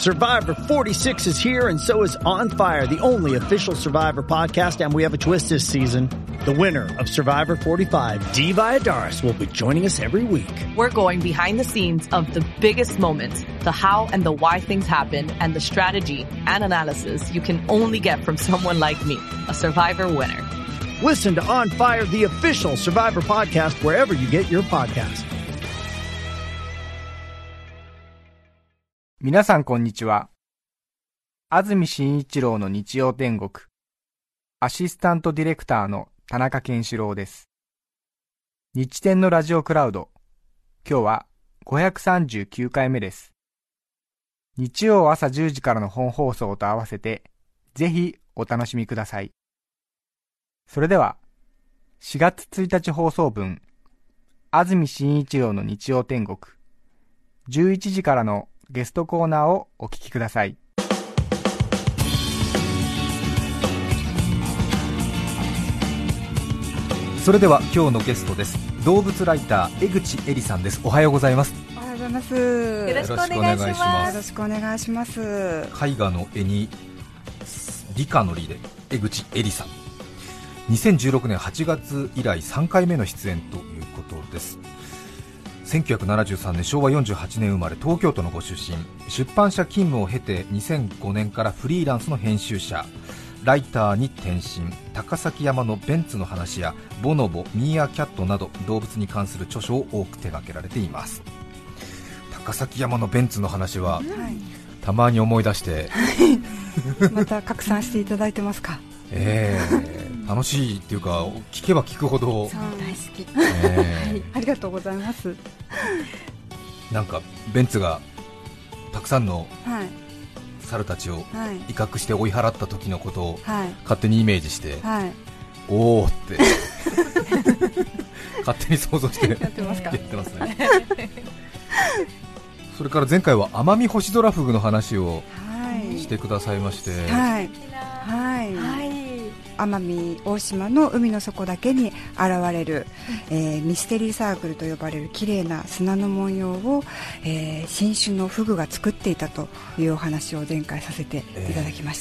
Survivor 46 is here, and so is On Fire, the only official Survivor podcast, and we have a twist this season. The winner of Survivor 45, Dee Valladares, will be joining us every week. We're going behind the scenes of the biggest moments, the how and the why things happen, and the strategy and analysis you can only get from someone like me, a Survivor winner. Listen to On Fire, the official Survivor podcast, wherever you get your podcast. 皆さんこんにちは。安住紳一郎の日曜天国、アシスタントディレクターの田中健志郎です。日天のラジオクラウド、今日は539回目です。日曜朝10時からの本放送と合わせて、ぜひお楽しみください。それでは、4月1日放送分、安住紳一郎の日曜天国、11時からのゲストコーナーをお聞きください。 それでは今日のゲストです。動物ライター江口恵里さんです。おはようございます。 おはようございます。 よろしくお願いします。 よろしくお願いします。 絵画の絵に理科の理で江口恵里さん、2016年8月以来3回目の出演ということです。1973年昭和48年生まれ、東京都のご出身。出版社勤務を経て2005年からフリーランスの編集者、ライターに転身。高崎山のベンツの話やボノボ、ミーアキャットなど動物に関する著書を多く手掛けられています。高崎山のベンツの話は、たまに思い出して、 また拡散していただいてますか？ 楽しいっていうか、聞けば聞くほど大好き、ありがとうございます。 なんかベンツがたくさんの猿たちを威嚇して追い払った時のことを勝手にイメージして、おーって勝手に想像してやってますね。それから前回はアマミホシゾラフグの話をしてくださいまして、 奄美大島の海の底だけに現れる、ミステリーサークルと呼ばれる綺麗な砂の文様を、新種のフグが作っていたというお話を前回させていただきました。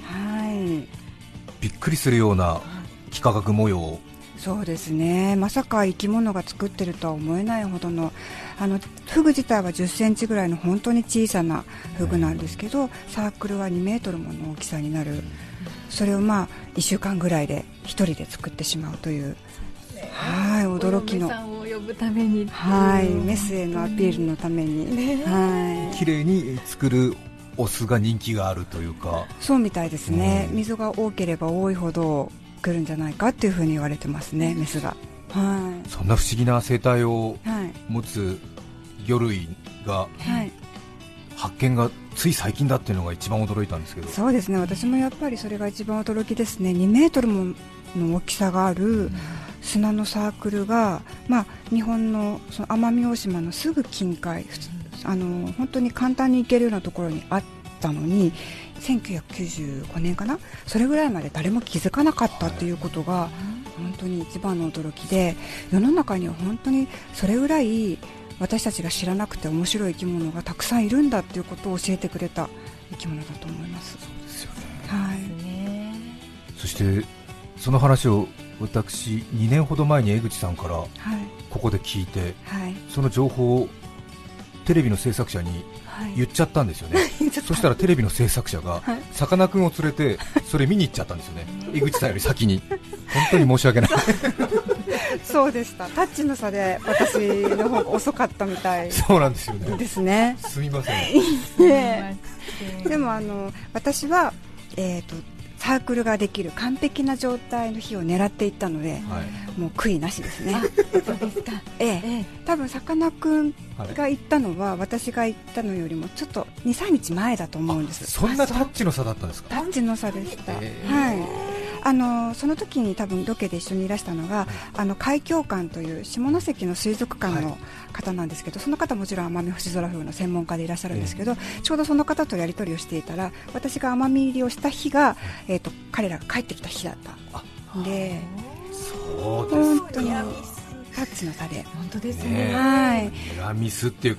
びっくりするような幾何学模様。 そうですね、まさか生き物が作ってるとは思えないほどの、フグ自体は10センチぐらいの本当に小さなフグなんですけど、サークルは2メートルもの大きさになる。それを1週間ぐらいで1人で作ってしまうという、驚きの、 お嫁さんを呼ぶために、 メスへのアピールのために、 綺麗に作るオスが人気があるというか。 そうみたいですね。溝が多ければ多いほど来るんじゃないかっていうふうに言われてますね、メスが。 そんな不思議な生態を持つ魚類が、発見がつい最近だっていうのが一番驚いたんですけど。 そうですね、私もやっぱりそれが一番驚きですね。2メートルもの大きさがある砂のサークルが、日本のその奄美大島のすぐ近海、本当に簡単に行けるようなところにあったのに、1995年かな、それぐらいまで誰も気づかなかったということが本当に一番の驚きで、世の中には本当にそれぐらい私たちが知らなくて面白い生き物がたくさんいるんだということを教えてくれた生き物だと思います。 そうですよね。そしてその話を私2年ほど前に江口さんからここで聞いて、その情報をテレビの制作者に言っちゃったんですよね。そしたらテレビの制作者がさかなクンを連れてそれ見に行っちゃったんですよね。江口さんより先に。本当に申し訳ない。 そうでした。タッチの差で私の方が遅かったみたい。 そうなんですよね。 ですね。 すみません。 でも私はサークルができる完璧な状態の日を狙っていったので、もう悔いなしですね。 そうですか。 多分さかなクンが行ったのは、私が行ったのよりもちょっと 2,3 日前だと思うんです。 そんなタッチの差だったんですか？ タッチの差でした。その時に多分ロケで一緒にいらしたのが、海峡館という下関の水族館の方なんですけど、その方もちろんアマミホシゾラフグの専門家でいらっしゃるんですけど、ちょうどその方とやり取りをしていたら、私が奄美入りをした日が、彼らが帰ってきた日だったで、 そうですか。 本当にタッチの差で。 本当ですね。 ラミスっていうか、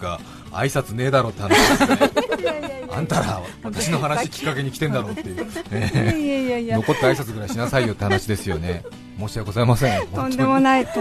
挨拶ねえだろって話ですねあんたら私の話きっかけに来てんだろうっていう、残った挨拶ぐらいしなさいよって話ですよね。申し訳ございません。 とんでもないです。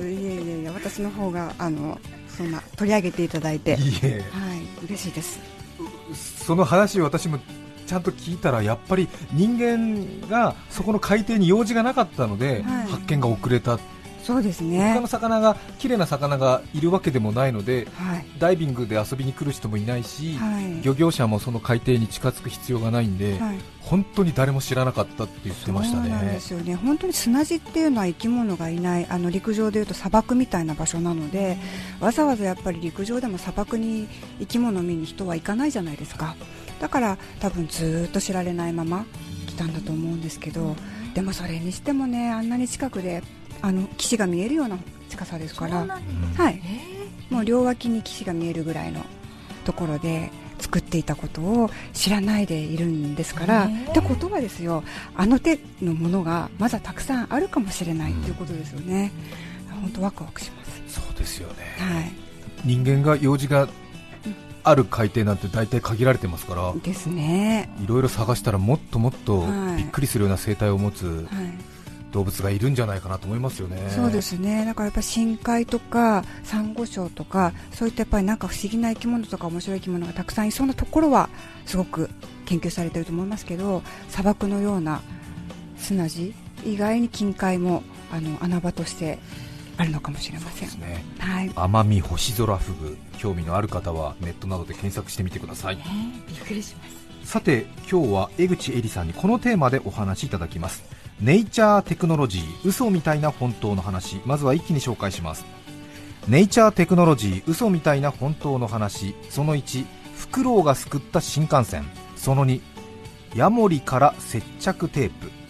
いえ私の方がそんな取り上げていただいて、嬉しいです。 その話を私もちゃんと聞いたら、やっぱり人間がそこの海底に用事がなかったので、発見が遅れた。 そうですね。 他の魚が綺麗な魚がいるわけでもないので、ダイビングで遊びに来る人もいないし、漁業者もその海底に近づく必要がないんで、本当に誰も知らなかったって言ってましたね。 そうなんですよね。本当に砂地っていうのは生き物がいない、陸上でいうと砂漠みたいな場所なので、わざわざやっぱり陸上でも砂漠に生き物を見に人は行かないじゃないですか。だから多分ずっと知られないまま来たんだと思うんですけど、でもそれにしてもね、あんなに近くで岸が見えるような近さですから、もう両脇に岸が見えるぐらいのところで作っていたことを知らないでいるんですから、ってことはですよ、手のものがまだたくさんあるかもしれないということですよね。本当ワクワクします。 そうですよね、人間が用事がある海底なんて大体限られてますからですね。いろいろ探したらもっともっとびっくりするような生態を持つ、動物がいるんじゃないかなと思いますよね。 そうですね。だからやっぱり深海とかサンゴ礁とか、そういったやっぱりなんか不思議な生き物とか面白い生き物がたくさんいそうなところはすごく研究されていると思いますけど、砂漠のような砂地以外に近海も穴場としてあるのかもしれません。 そうですね。アマミホシゾラフグ、興味のある方はネットなどで検索してみてください。 びっくりします。 さて今日は江口恵里さんにこのテーマでお話しいただきます。ネイチャーテクノロジー、嘘みたいな本当の話。まずは一気に紹介します。ネイチャーテクノロジー、嘘みたいな本当の話。その1、フクロウが救った新幹線。その2、ヤモリから接着テープ。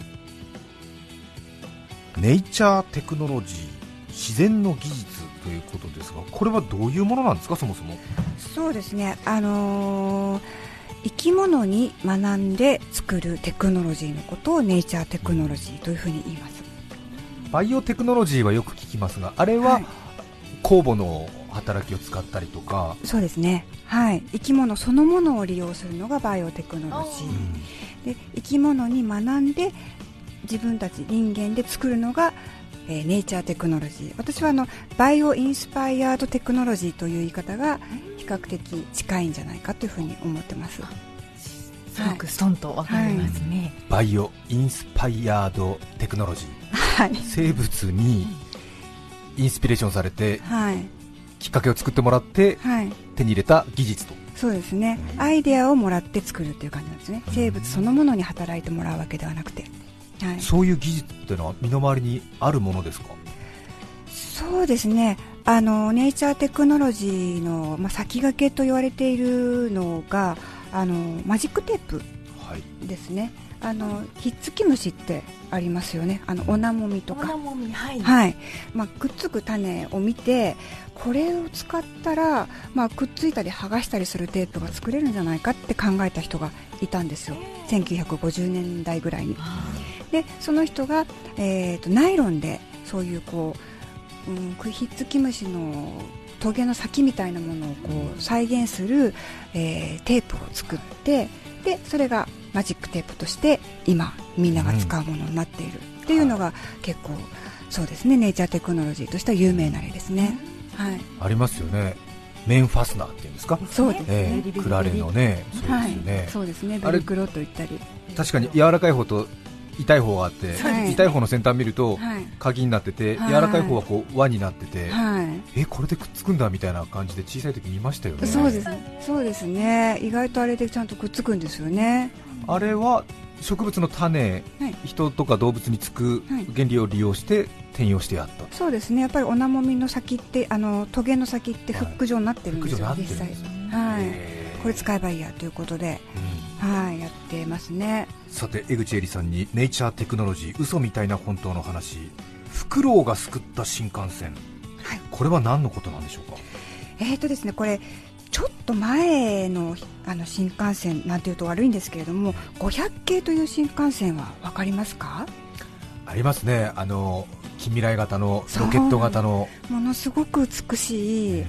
ネイチャーテクノロジー、自然の技術ということですが、これはどういうものなんですか、そもそも。 そうですね、生き物に学んで作るテクノロジーのことをネイチャーテクノロジーというふうに言います。 バイオテクノロジーはよく聞きますが、あれは酵母の働きを使ったりとか。 そうですね、生き物そのものを利用するのがバイオテクノロジー、で生き物に学んで自分たち人間で作るのがネイチャーテクノロジー。私はバイオインスパイアードテクノロジーという言い方が比較的近いんじゃないかというふうに思ってます。 すごくストンとわかりますね。 バイオインスパイアードテクノロジー、生物にインスピレーションされて、きっかけを作ってもらって、手に入れた技術と。 そうですね、アイデアをもらって作るという感じなんですね。生物そのものに働いてもらうわけではなくて、 そういう技術っていうのは身の回りにあるものですか。 そうですね、ネイチャーテクノロジーの、先駆けと言われているのがマジックテープですね。ひっつき虫ってありますよね。オナモミとか、くっつく種を見て、これを使ったら、くっついたり剥がしたりするテープが作れるんじゃないかって考えた人がいたんですよ、1950年代ぐらいに。でその人が、ナイロンでそういうひっつき虫のトゲの先みたいなものを再現する、テープを作って、でそれがマジックテープとして今みんなが使うものになっているっていうのが、結構そうですね、ネイチャーテクノロジーとしては有名な例ですね。 ありますよね。メンファスナーっていうんですか。 そうですね、 クラレのね、 そうですね、ベルクロと言ったり。 確かに柔らかい方と痛い方があって、痛い方の先端見ると鍵になってて、柔らかい方は輪になってて、これでくっつくんだみたいな感じで小さい時見ましたよね。 そうですね、意外とあれでちゃんとくっつくんですよね。 あれは植物の種、人とか動物につく原理を利用して転用してやった。 そうですね、やっぱりオナモミの先ってトゲの先ってフック状になってるんですよ、実際。これ使えばいいやということで、やってますね。 さて江口恵里さんにネイチャーテクノロジー、嘘みたいな本当の話、フクロウが救った新幹線、これは何のことなんでしょうか。 ですね、これちょっと前の新幹線なんていうと悪いんですけれども、500系という新幹線は分かりますか。 ありますね、近未来型のロケット型の、 ものすごく美しい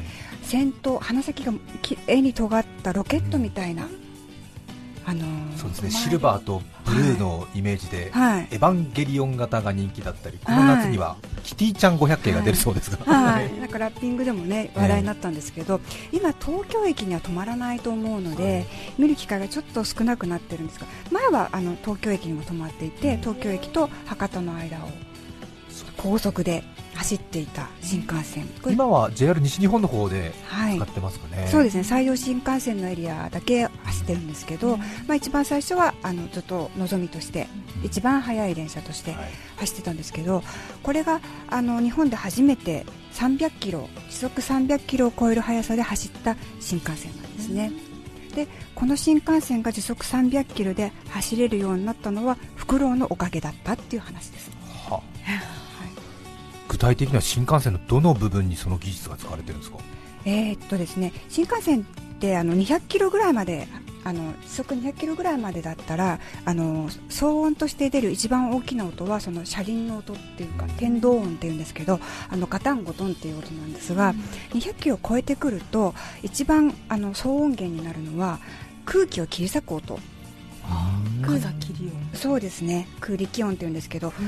先頭、鼻先がきれいに尖ったロケットみたいな、 そうですね、シルバーとブルーのイメージで、 はい、 エヴァンゲリオン型が人気だったり、この夏にはキティちゃん500系が出るそうですが、 はいはい、なんかラッピングでもね話題になったんですけど、今東京駅には止まらないと思うので、見る機会がちょっと少なくなってるんですが、前は東京駅にも止まっていて、東京駅と博多の間を高速で走っていた新幹線、 今は JR 西日本の方で使ってますかね。 そうですね、山陽新幹線のエリアだけ走ってるんですけど、一番最初はずっとのぞみとして一番速い電車として走ってたんですけど、これが日本で初めて300キロ、時速300キロを超える速さで走った新幹線なんですね。でこの新幹線が時速300キロで走れるようになったのはフクロウのおかげだったっていう話です。は具体的には新幹線のどの部分にその技術が使われてるんですか？ ですね、新幹線って200キロぐらいまで時速200キロぐらいまでだったら騒音として出る一番大きな音はその車輪の音っていうか天動音っていうんですけど、ガタンゴトンっていう音なんですが、200キロを超えてくると一番騒音源になるのは空気を切り裂く音。 空気切り音。 そうですね、空力音っていうんですけど、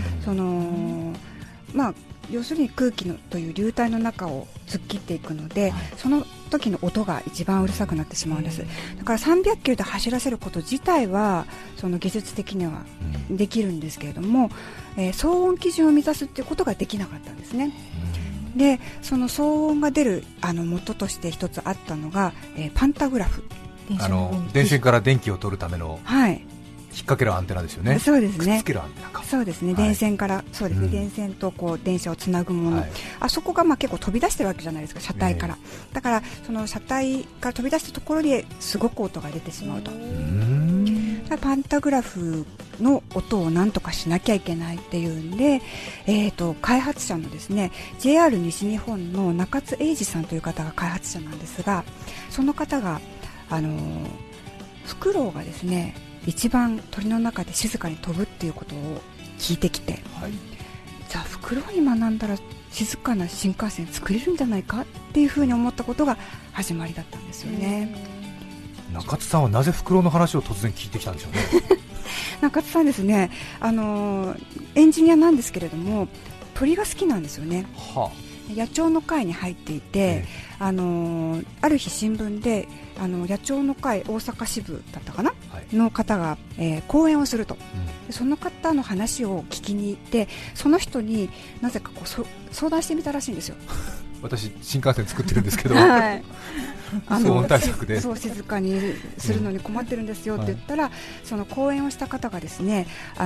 要するに空気のという流体の中を突っ切っていくので、その時の音が一番うるさくなってしまうんです。だから300キロで走らせること自体はその技術的にはできるんですけれども、騒音基準を満たすっていうことができなかったんですね。でその騒音が出る元として一つあったのが、パンタグラフ、 電線から電気を取るための、 はい、 引っ掛けるアンテナですよね。 そうですね、 くっつけるアンテナか。 そうですね、電線から、そうですね、電線とこう電車をつなぐもの、あそこが結構飛び出してるわけじゃないですか、車体から。だからその車体から飛び出したところですごく音が出てしまうと。パンタグラフの音をなんとかしなきゃいけないっていうんで、開発者のですね JR 西日本の中津英二さんという方が開発者なんですが、その方がフクロウがですね一番鳥の中で静かに飛ぶっていうことを聞いてきて、じゃあフクロウに学んだら静かな新幹線作れるんじゃないかっていうふうに思ったことが始まりだったんですよね。 中津さんはなぜフクロウの話を突然聞いてきたんでしょうね。 中津さんですね、エンジニアなんですけれども鳥が好きなんですよね。野鳥の会に入っていて、ある日新聞で野鳥の会大阪支部だったかな、の方が、講演をすると、その方の話を聞きに行って、その人になぜか相談してみたらしいんですよ。 私新幹線作ってるんですけど、騒音対策でそう静かにするのに困ってるんですよって言ったら、その講演をした方がですね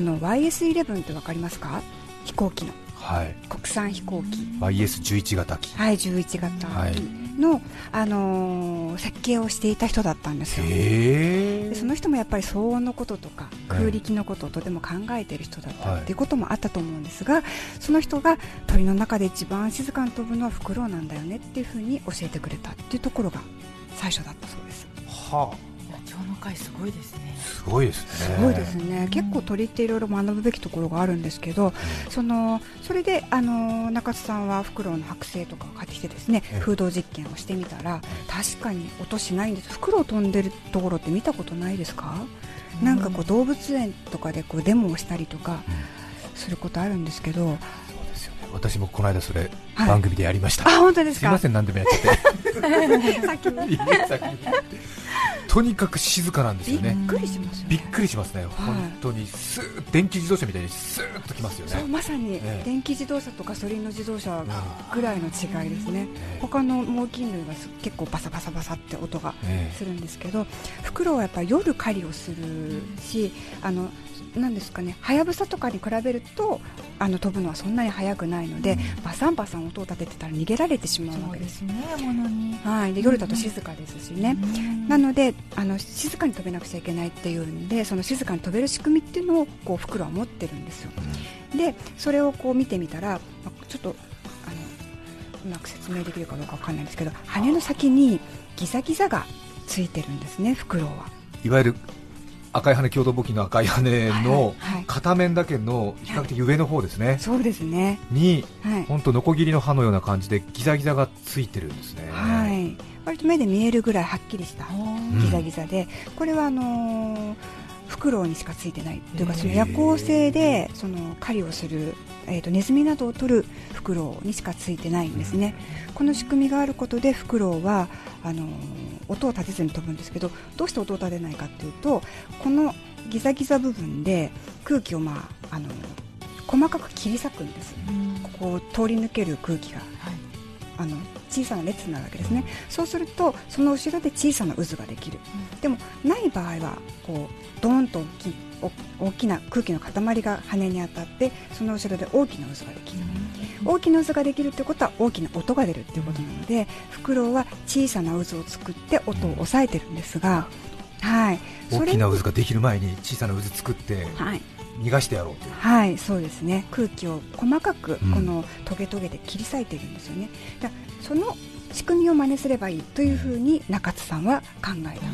YS11 って分かりますか？飛行機の、国産飛行機 YS11 型機、 11型機の、設計をしていた人だったんですよ。でその人もやっぱり騒音のこととか空力のことをとても考えている人だったっていうこともあったと思うんですが、その人が鳥の中で一番静かに飛ぶのはフクロウなんだよねっていうふうに教えてくれたっていうところが最初だったそうです。 野鳥の会すごいですね。 すごいですね。 すごいですね。結構鳥っていろいろ学ぶべきところがあるんですけど、それで中津さんはフクロウの剥製とかを買ってきてですね、風洞実験をしてみたら確かに音しないんです。フクロウ飛んでるところって見たことないですか？なんか動物園とかでデモをしたりとかすることあるんですけど、そうですよね。私もこの間それ、番組でやりました。 本当ですか？ すいません、何でもやっちゃって先にとにかく静かなんですよね。 びっくりしますよね。 びっくりしますね。本当にスーッ、電気自動車みたいにスーッときますよね。 そうまさに電気自動車とガソリンの自動車ぐらいの違いですね。他の猛禽類は結構バサバサバサって音がするんですけど、フクロウはやっぱり夜狩りをするし、なんですかね、ハヤブサとかに比べると飛ぶのはそんなに速くないので、バサンバサン音を立ててたら逃げられてしまうわけです。 そうですね、物に。 で夜だと静かですしね。なので静かに飛べなくちゃいけないっていうんで、その静かに飛べる仕組みっていうのをフクロウは持ってるんですよ。でそれを見てみたら、ちょっとうまく説明できるかどうかわかんないんですけど、羽の先にギザギザがついてるんですね、フクロウは。 いわゆる赤い羽、共同簿記の赤い羽の片面だけの比較的上の方ですね。 そうですね。 に、本当ノコギリの刃のような感じでギザギザがついてるんですね。 割と目で見えるぐらいはっきりしたギザギザで、これはフクロウにしかついてないというか、その夜行性でその狩りをする、ネズミなどを取るフクロウにしかついてないんですね。この仕組みがあることでフクロウは音を立てずに飛ぶんですけど、どうして音を立てないかというと、このギザギザ部分で空気を、細かく切り裂くんです。ここを通り抜ける空気が、小さな列になるわけですね。そうするとその後ろで小さな渦ができる。でもない場合はこうドーンと大きな空気の塊が羽に当たって、その後ろで大きな渦ができる。大きな渦ができるということは大きな音が出るということなので、フクロウは小さな渦を作って音を抑えてるんですが、 大きな渦ができる前に小さな渦作って、逃がしてやろうという、 そうですね。空気を細かくこのトゲトゲで切り裂いているんですよね。だからその仕組みを真似すればいいというふうに中津さんは考えたんです。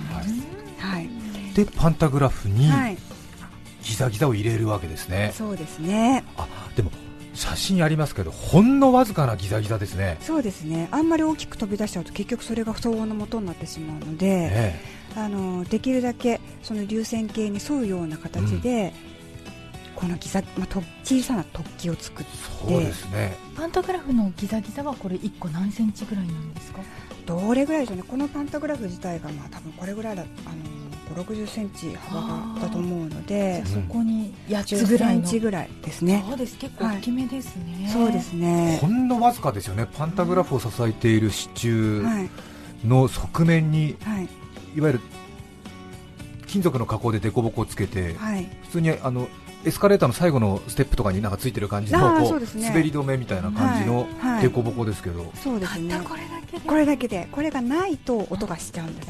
でパンタグラフにギザギザを入れるわけですね。 そうですね。 でも写真ありますけど、ほんのわずかなギザギザですね。 そうですね。あんまり大きく飛び出しちゃうと結局それが騒音の元になってしまうので、できるだけその流線形に沿うような形で、このギザ、小さな突起を作って。 そうですね。 パンタグラフのギザギザはこれ1個何センチぐらいなんですか？ どれぐらいでしょうね。このパンタグラフ自体が多分これぐらいだ、5、60センチ幅がだと思うので、 そこに8つ 10 ぐらいのセンチぐらいですね。 そうです。結構大きめですね。 そうですね。 ほんのわずかですよね。パンタグラフを支えている支柱の側面に、いわゆる金属の加工で凸凹をつけて、普通にエスカレーターの最後のステップとかになんかついてる感じの滑り止めみたいな感じの凸凹ですけど、 そうですね。これだけで、これがないと音がしちゃうんです。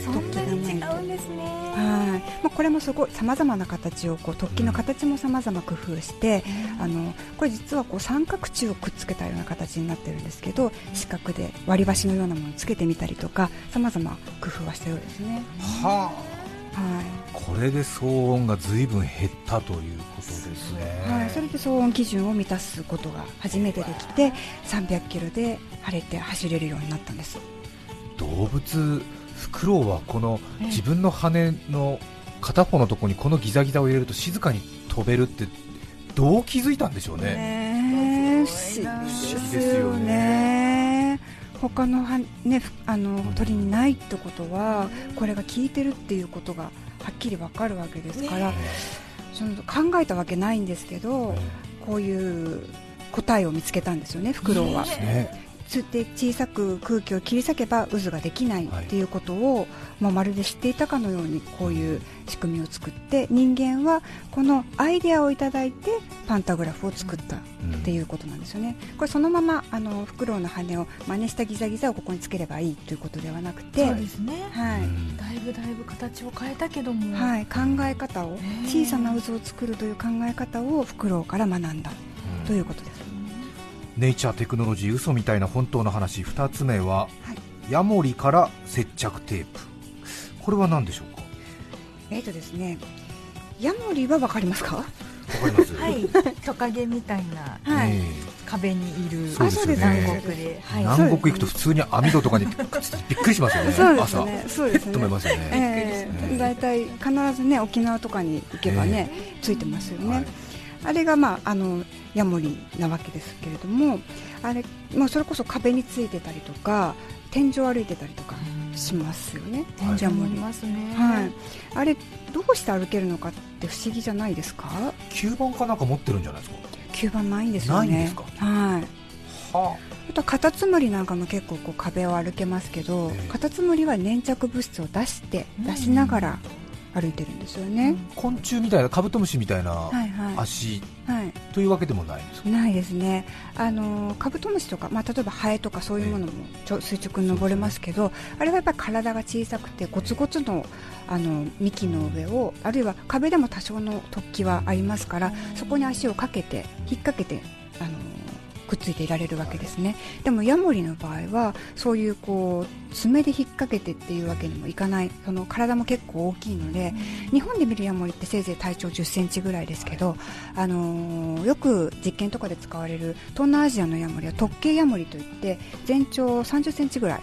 そんなに違うんですね。 これもすごいさまざまな形を突起の形もさまざま工夫して、これ実は三角柱をくっつけたような形になってるんですけど、四角で割り箸のようなものをつけてみたりとか、さまざま工夫はしたようですね。 これで騒音が随分減ったということですね。 それで騒音基準を満たすことが初めてできて、300キロで晴れて走れるようになったんです。 動物、フクロウはこの自分の羽の片方のところにこのギザギザを入れると静かに飛べるってどう気づいたんでしょうね。 不思議ですよね。他の鳥にないってことは、これが効いてるっていうことがはっきり分かるわけですから、その考えたわけないんですけど、こういう答えを見つけたんですよね、フクロウは。つって小さく空気を切り裂けば渦ができないっていうことを、まるで知っていたかのようにこういう仕組みを作って、人間はこのアイデアをいただいてパンタグラフを作ったっていうことなんですよね。これそのままフクロウの羽を真似したギザギザをここにつければいいということではなくて、 そうですね、だいぶ形を変えたけども、 考え方を、小さな渦を作るという考え方をフクロウから学んだということです。 ネイチャーテクノロジー嘘みたいな本当の話、2つ目は、ヤモリから接着テープ。これは何でしょうか？ ですね、ヤモリは分かりますか？ わかります。 トカゲみたいな、壁にいる南国で、 南国行くと普通に網戸とかにびっくりしますよね。朝止めますよね。 だいたい必ずね、沖縄とかに行けばね、ついてますよね。あれがヤモリなわけですけれども、あれ、それこそ壁についてたりとか天井を歩いてたりとかしますよね。ヤモリ、あれどうして歩けるのかって不思議じゃないですか？ 吸盤かなんか持ってるんじゃないですか？ 吸盤ないんですよね。ないんですか？あとカタツムリなんかも結構壁を歩けますけど、カタツムリは粘着物質を出しながら歩いてるんですよね。 昆虫みたいな、カブトムシみたいな足というわけでもないんですか？ ないですね。カブトムシとか、例えばハエとかそういうものも垂直に登れますけど、あれはやっぱり体が小さくてゴツゴツの幹の上を、あるいは壁でも多少の突起はありますから、そこに足をかけて引っ掛けてくっついていられるわけですね。でもヤモリの場合はそういう爪で引っ掛けてっていうわけにもいかない、その体も結構大きいので、日本で見るヤモリってせいぜい体長10センチぐらいですけど、よく実験とかで使われる東南アジアのヤモリは特系ヤモリといって全長30センチぐらい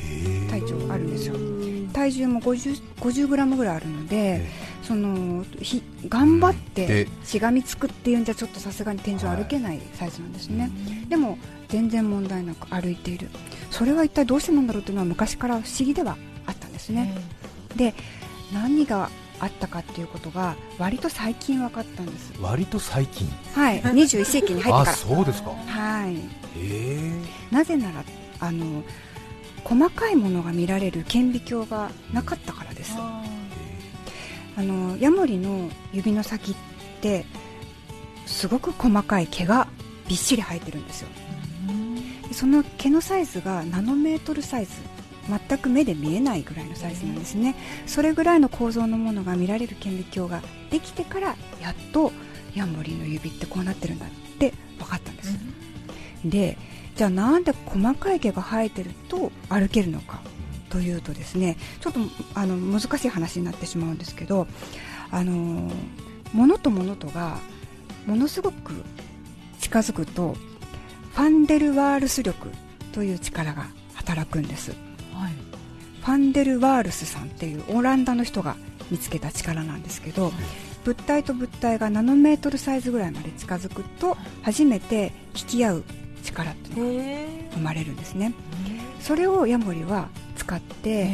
体長あるんですよ。体重も50グラムぐらいあるので、頑張ってしがみつくっていうんじゃちょっとさすがに天井歩けないサイズなんですね。でも全然問題なく歩いている。それは一体どうしてなんだろうというのは昔から不思議ではあったんですね。で、何があったかっていうことが割と最近分かったんです。 割と最近、 はい、21世紀に入ってから。 あ、そうですか。 はい。なぜなら細かいものが見られる顕微鏡がなかったからです。ヤモリの指の先ってすごく細かい毛がびっしり生えてるんですよ。その毛のサイズがナノメートルサイズ、全く目で見えないぐらいのサイズなんですね。それぐらいの構造のものが見られる顕微鏡ができてからやっとヤモリの指ってこうなってるんだって分かったんです。で、じゃあなんで細かい毛が生えてると歩けるのかというとですね、ちょっと難しい話になってしまうんですけど、物と物とがものすごく近づくとファンデルワールス力という力が働くんです。ファンデルワールスさんっていうオランダの人が見つけた力なんですけど、物体と物体がナノメートルサイズぐらいまで近づくと初めて引き合う力っていうのが生まれるんですね。それをヤモリは使って、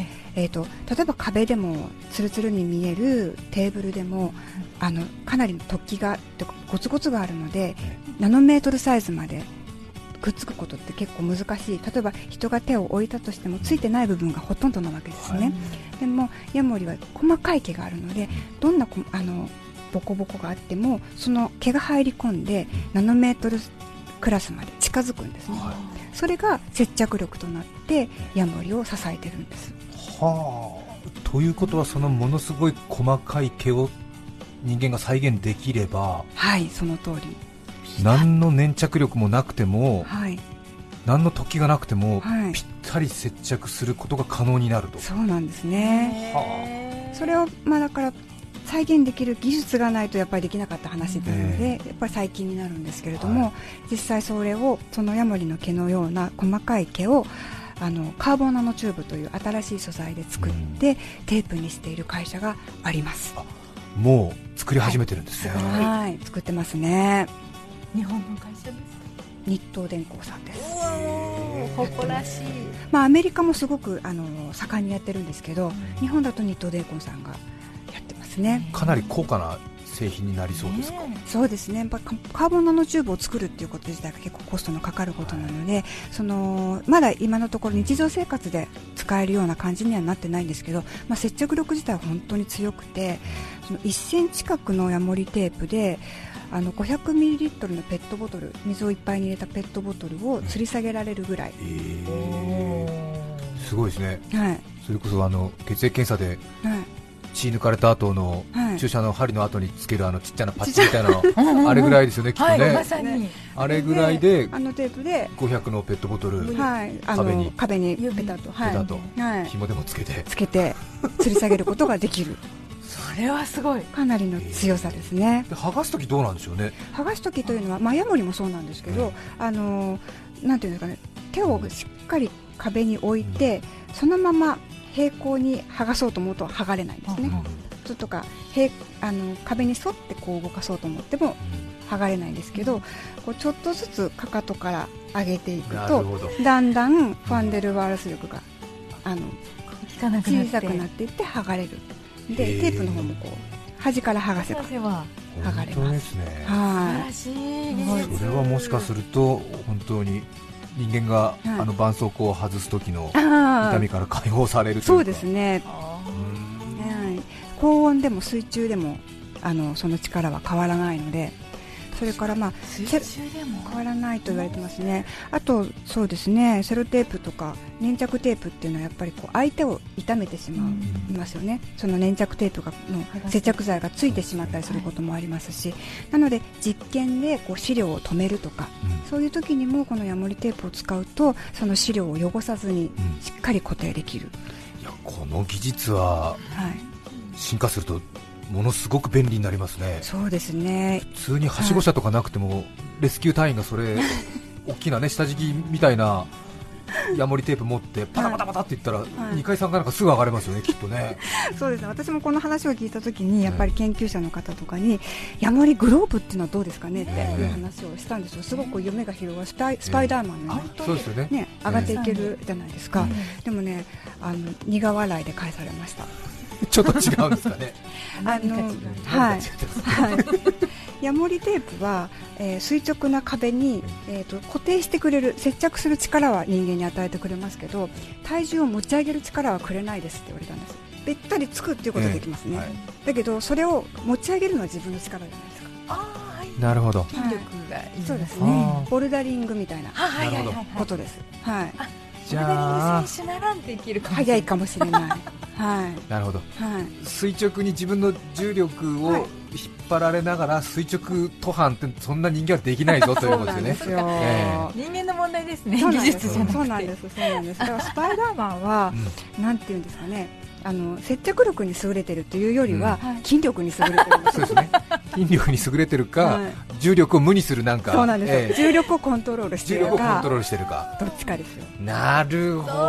例えば壁でもツルツルに見えるテーブルでもかなりの突起がゴツゴツがあるので、ナノメートルサイズまでくっつくことって結構難しい。例えば人が手を置いたとしてもついてない部分がほとんどなわけですね。でもヤモリは細かい毛があるので、どんなボコボコがあってもその毛が入り込んでナノメートルクラスまで近づくんですね。それが接着力となってヤモリを支えてるんです。 ということは、そのものすごい細かい毛を人間が再現できれば、 はい、その通り。 何の粘着力もなくても、 はい、 何の突起がなくても、 はい、 ぴったり接着することが可能になると。 そうなんですね。それを、だから再現できる技術がないとやっぱりできなかった話なので、やっぱり最近になるんですけれども、実際そのヤモリの毛のような細かい毛をカーボンナノチューブという新しい素材で作って、テープにしている会社があります。 もう作り始めてるんですね。 はい、作ってますね。 日本の会社ですか？ 日東電工さんです。 誇らしい。 アメリカもすごく盛んにやってるんですけど、日本だと日東電工さんがやってますね。 かなり高価な製品になりそうですか？ そうですね。カーボンナノチューブを作るっていうこと自体が結構コストのかかることなので、まだ今のところ日常生活で使えるような感じにはなってないんですけど、接着力自体は本当に強くて、その1センチ角のヤモリテープで500ミリリットルのペットボトル、水をいっぱいに入れたペットボトルを吊り下げられるぐらい。 すごいですね。 はい、 それこそ血液検査で、血抜かれた後の、注射の針の後につけるちっちゃなパッチみたいなのあれぐらいですよね、きっとね。 まさにあれぐらいでテープで 500のペットボトル、 壁にペタッと、 紐でもつけて吊り下げることができる。 それはすごい。 かなりの強さですね。 で剥がすときどうなんでしょうね。 剥がすときというのは、ヤモリもそうなんですけど、なんていうんですかね、手をしっかり壁に置いて、そのまま平行に剥がそうと思うと剥がれないんですね。とか壁に沿ってこう動かそうと思っても剥がれないんですけど、ちょっとずつかかとから上げていくと、だんだんファンデルワールス力が小さくなっていって剥がれる。でテープの方も端から剥がせば剥がれます。 本当ですね。 はい。 それはもしかすると本当に人間が絆創膏を外す時の痛みから解放されるというか。 そうですね。高温でも水中でもその力は変わらないので、それから水中でも変わらないと言われてますね。あとそうですね、セロテープとか粘着テープっていうのはやっぱり相手を痛めてしまいますよね。その粘着テープの接着剤がついてしまったりすることもありますし、なので実験で資料を止めるとか、そういう時にもこのヤモリテープを使うと、その資料を汚さずにしっかり固定できる。 いや、この技術は進化するとものすごく便利になりますね。 そうですね。 普通にはしご車とかなくても、レスキュー隊員がそれ大きな下敷きみたいなヤモリテープ持ってパタパタパタって言ったら、 はい、 2階3階なんかすぐ上がれますよね、きっとね。 そうですね、私もこの話を聞いたときにやっぱり研究者の方とかに、ヤモリグローブっていうのはどうですかねっていう話をしたんですよ。すごく夢が広がるスパイダーマンの、 そうですよね、 上がっていけるじゃないですか。でもね、苦笑いで返されました。 ちょっと違うんですかね。 ヤモリテープは、垂直な壁に、固定してくれる、接着する力は人間に与えてくれますけど、体重を持ち上げる力はくれないですって言われたんです。べったりつくっていうことはできますね、だけどそれを持ち上げるのは自分の力じゃないですか。 なるほど、 筋力がいい、 そうですね、ボルダリングみたいなことです。 じゃあボルダリング選手ならできるかもしれない、 早いかもしれない。 なるほど、垂直に自分の重力を引っ張られながら垂直登坂ってそんな人間はできないぞということですよね。 人間の問題ですね、技術じゃなくて。 そうなんです。だからスパイダーマンは、なんていうんですかね、接着力に優れてるというよりは、筋力に優れてるんです。 そうですね、筋力に優れてるか、重力を無にするなんか、 そうなんです、重力をコントロールしてるか、どっちかですよ。 なるほど、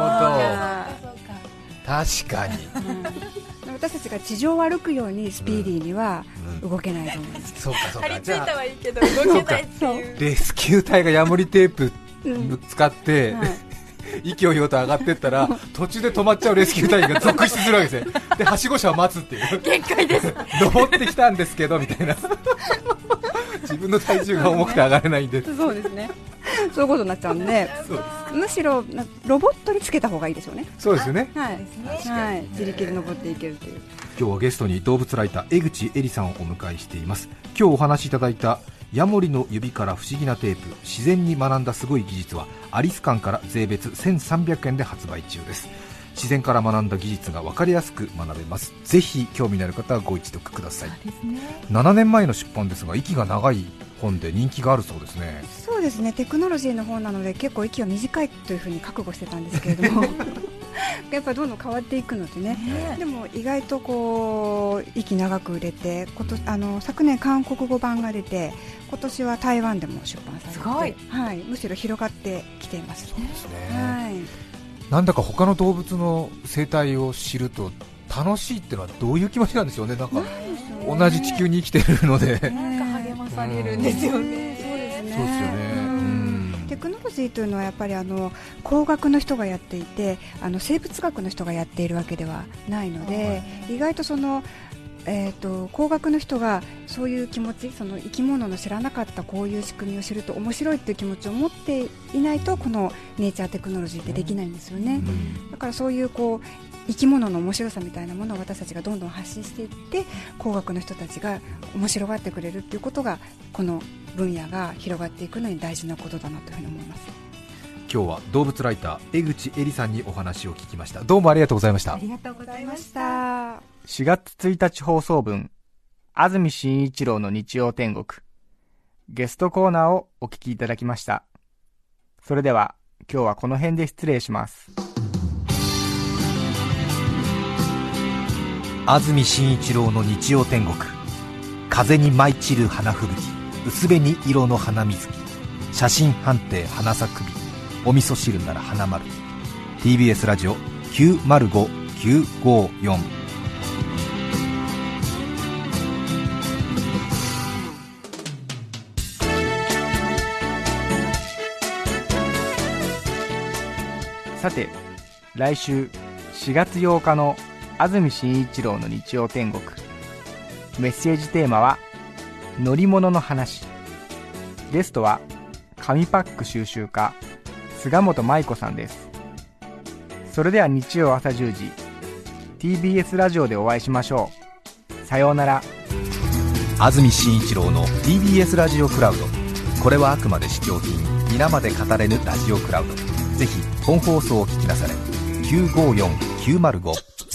確かに、 私たちが地上を歩くようにスピーディーには動けないと思うんです。 そうかそうか、 張り付いたはいいけど動けないっていう。 レスキュー隊がヤモリテープ使って、息をようと上がっていったら途中で止まっちゃうレスキュー隊員が続出するわけですね。で、はしご車を待つっていう、 限界です登ってきたんですけどみたいな自分の体重が重くて上がれないんで、 そうですね、そういうことになっちゃうんで、むしろロボットにつけた方がいいでしょうね。 そうですよね、 自力で登っていけるという。 今日はゲストに動物ライター江口恵里さんをお迎えしています。今日お話しいただいたヤモリの指から不思議なテープ、自然に学んだすごい技術はアリス館から税別1300円で発売中です。自然から学んだ技術が分かりやすく学べます。ぜひ興味のある方はご一読ください。7年前の出版ですが息が長い本で人気があるそうですね。 そうですね、テクノロジーの本なので結構息は短いというふうに覚悟してたんですけれどもやっぱりどんどん変わっていくのでね、でも意外とこう息長く売れて、昨年韓国語版が出て、今年は台湾でも出版されて、すごい、むしろ広がってきています。そうですね、 なんだか他の動物の生態を知ると楽しいっていうのはどういう気持ちなんでしょうね。なんか同じ地球に生きてるのでなんか励まされるんですよね。 そうですね。テクノロジーというのはやっぱり工学の人がやっていて、生物学の人がやっているわけではないので、意外と工学の人がそういう気持ち、その生き物の知らなかったこういう仕組みを知ると面白いっていう気持ちを持っていないと、このネイチャーテクノロジーってできないんですよね。だからそういう生き物の面白さみたいなものを私たちがどんどん発信していって、工学の人たちが面白がってくれるっていうことが、この分野が広がっていくのに大事なことだなというふうに思います。 今日は動物ライター江口恵里さんにお話を聞きました。どうもありがとうございました。 ありがとうございました。 4月1日放送分、安住紳一郎の日曜天国、ゲストコーナーをお聞きいただきました。それでは今日はこの辺で失礼します。 安住紳一郎の日曜天国、風に舞い散る花吹雪、薄紅色の花水木、写真判定花咲くび、お味噌汁なら花丸。 TBS ラジオ 905954。 さて、来週4月8日の安住紳一郎の日曜天国、メッセージテーマは乗り物の話。ゲストは紙パック収集家菅本舞子さんです。それでは日曜朝10時 TBS ラジオでお会いしましょう。さようなら。 安住紳一郎の TBS ラジオクラウド、これはあくまで試供品、皆まで語れぬラジオクラウド。ぜひ本放送を聞きなされ。954905。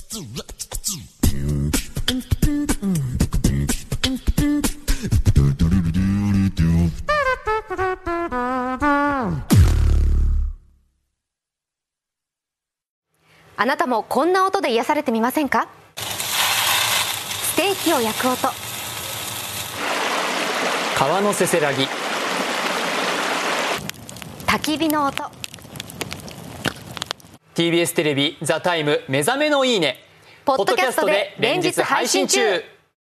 あなたもこんな音で癒されてみませんか？ステーキを焼く音、 川のせせらぎ、 焚き火の音、 TBS テレビザタイム目覚めのいいね、 ポッドキャストで連日配信中。